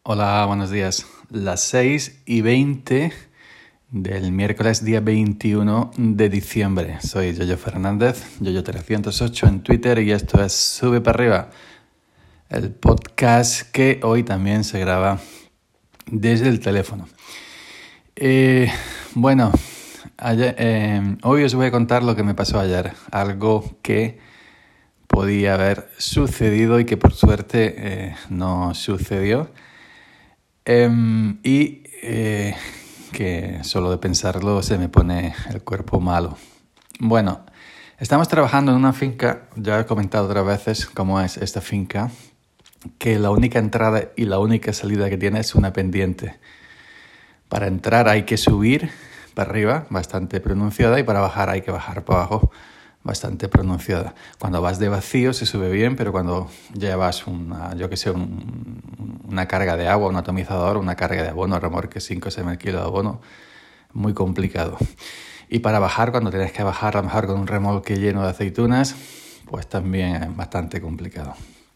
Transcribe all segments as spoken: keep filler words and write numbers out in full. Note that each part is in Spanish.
Hola, buenos días. Las seis y veinte del miércoles día veintiuno de diciembre. Soy Yoyo Fernández, Yoyo trescientos ocho en Twitter y esto es Sube para arriba, el podcast que hoy también se graba desde el teléfono. Eh, bueno, ayer, eh, hoy os voy a contar lo que me pasó ayer, algo que podía haber sucedido y que por suerte eh, no sucedió. Um, y eh, que solo de pensarlo se me pone el cuerpo malo. Bueno, estamos trabajando en una finca, ya he comentado otras veces cómo es esta finca, que la única entrada y la única salida que tiene es una pendiente. Para entrar hay que subir para arriba, bastante pronunciada, y para bajar hay que bajar para abajo, bastante pronunciada. Cuando vas de vacío se sube bien, pero cuando llevas una, yo que sé, un, una carga de agua, un atomizador, una carga de abono, remolque cinco o seis mil kilos de abono, muy complicado. Y para bajar, cuando tienes que bajar a lo mejor con un remolque lleno de aceitunas, pues también es bastante complicado.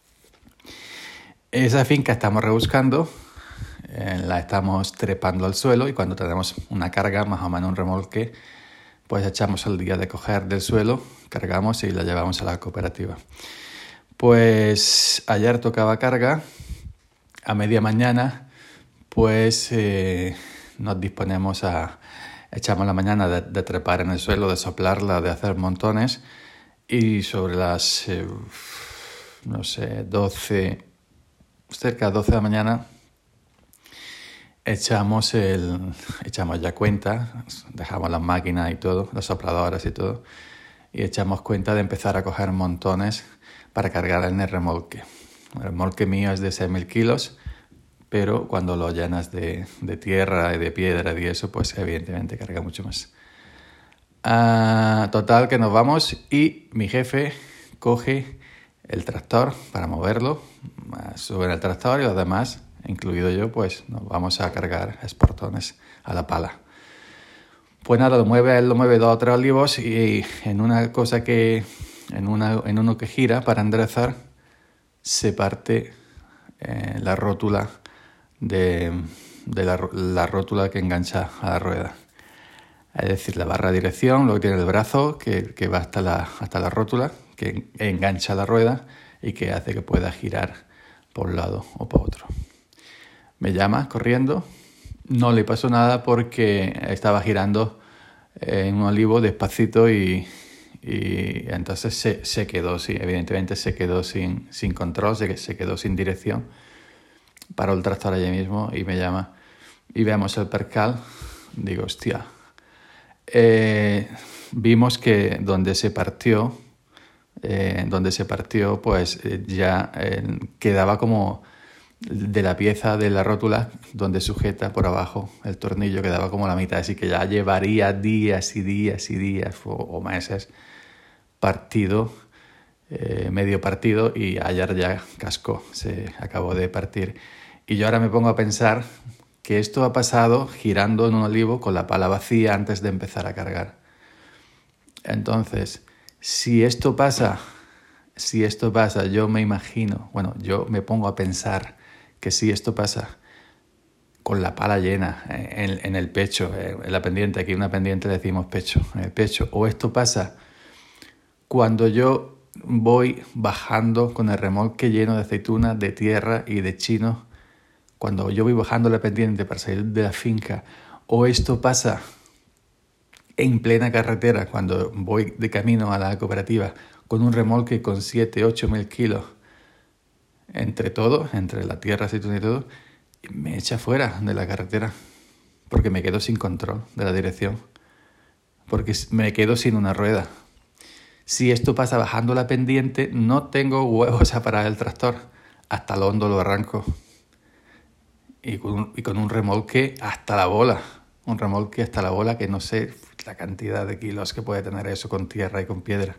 Esa finca estamos rebuscando, eh, la estamos trepando al suelo y cuando tenemos una carga, más o menos un remolque, pues echamos el día de coger del suelo, cargamos y la llevamos a la cooperativa. Pues ayer tocaba carga, a media mañana, pues eh, nos disponemos a, echamos la mañana de, de trepar en el suelo, de soplarla, de hacer montones y sobre las, eh, no sé, doce, cerca de doce de la mañana, Echamos el, echamos ya cuenta, dejamos las máquinas y todo, los sopladores y todo, y echamos cuenta de empezar a coger montones para cargar en el remolque. El remolque mío es de seis mil kilos, pero cuando lo llenas de, de tierra y de piedra y eso, pues evidentemente carga mucho más. Ah, total que nos vamos y mi jefe coge el tractor para moverlo, sube el tractor y los demás, incluido yo, pues nos vamos a cargar esportones a la pala. Pues nada, lo mueve, él lo mueve dos o tres olivos y en una cosa que, en, una, en uno que gira para enderezar, se parte eh, la rótula de, de la, la rótula que engancha a la rueda. Es decir, la barra de dirección, luego tiene el brazo que, que va hasta la, hasta la rótula, que engancha la rueda y que hace que pueda girar por un lado o por otro. Me llama corriendo, no le pasó nada porque estaba girando en un olivo despacito y, y entonces se, se quedó, sí, evidentemente se quedó sin, sin control, se, se quedó sin dirección. Paró el tractor allí mismo y me llama y vemos el percal, digo, hostia. Eh, vimos que donde se partió, eh, donde se partió, pues eh, ya eh, quedaba como de la pieza de la rótula donde sujeta por abajo el tornillo, quedaba como la mitad, así que ya llevaría días y días y días o, o meses partido, eh, medio partido, y ayer ya cascó, se acabó de partir. Y yo ahora me pongo a pensar que esto ha pasado girando en un olivo con la pala vacía antes de empezar a cargar. Entonces, si esto pasa, si esto pasa, yo me imagino, bueno, yo me pongo a pensar que si esto pasa con la pala llena en, en el pecho, en la pendiente, aquí una pendiente le decimos pecho, en el pecho, o esto pasa cuando yo voy bajando con el remolque lleno de aceitunas, de tierra y de chino, cuando yo voy bajando la pendiente para salir de la finca, o esto pasa en plena carretera cuando voy de camino a la cooperativa con un remolque con siete, ocho mil kilos, entre todo, entre la tierra, aceituna y todo, me echa fuera de la carretera porque me quedo sin control de la dirección, porque me quedo sin una rueda. Si esto pasa bajando la pendiente, no tengo huevos a parar el tractor, hasta el hondo lo arranco. Y con, un, y con un remolque hasta la bola, un remolque hasta la bola que no sé la cantidad de kilos que puede tener eso con tierra y con piedra.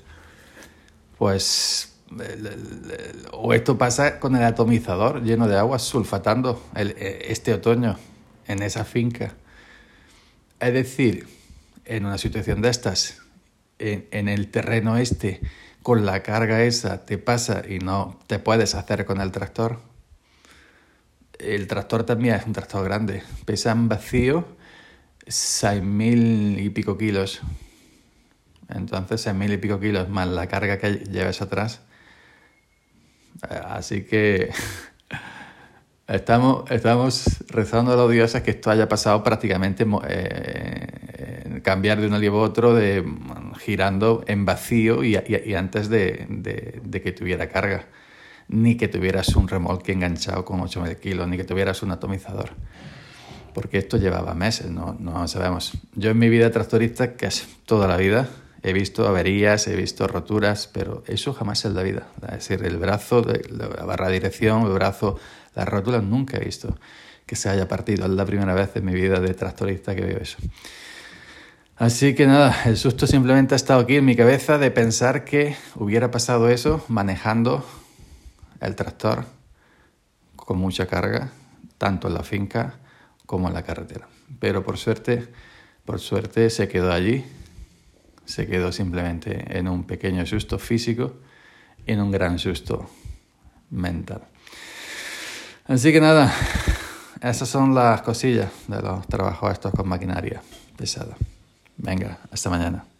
Pues, el, el, el, o esto pasa con el atomizador lleno de agua sulfatando el, este otoño en esa finca. Es decir, en una situación de estas, en, en el terreno este, con la carga esa te pasa y no te puedes hacer con el tractor. el tractor también es un tractor grande. Pesa en vacío seis mil y pico kilos. Entonces, seis mil y pico kilos más la carga que lleves atrás. Así que estamos, estamos rezando a los dioses que esto haya pasado prácticamente eh, cambiar de un olivo a otro, de, girando en vacío y, y, y antes de, de, de que tuviera carga. Ni que tuvieras un remolque enganchado con ocho mil kilos, ni que tuvieras un atomizador. Porque esto llevaba meses, no, no sabemos. Yo en mi vida tractorista, que es toda la vida, he visto averías, he visto roturas, pero eso jamás es la vida. Es decir, el brazo, la barra de dirección, el brazo, las rótulas, nunca he visto que se haya partido. Es la primera vez en mi vida de tractorista que veo eso. Así que nada, el susto simplemente ha estado aquí en mi cabeza de pensar que hubiera pasado eso manejando el tractor con mucha carga, tanto en la finca como en la carretera. Pero por suerte, por suerte se quedó allí, se quedó simplemente en un pequeño susto físico y en un gran susto mental. Así que nada, esas son las cosillas de los trabajos estos con maquinaria pesada. Venga, hasta mañana.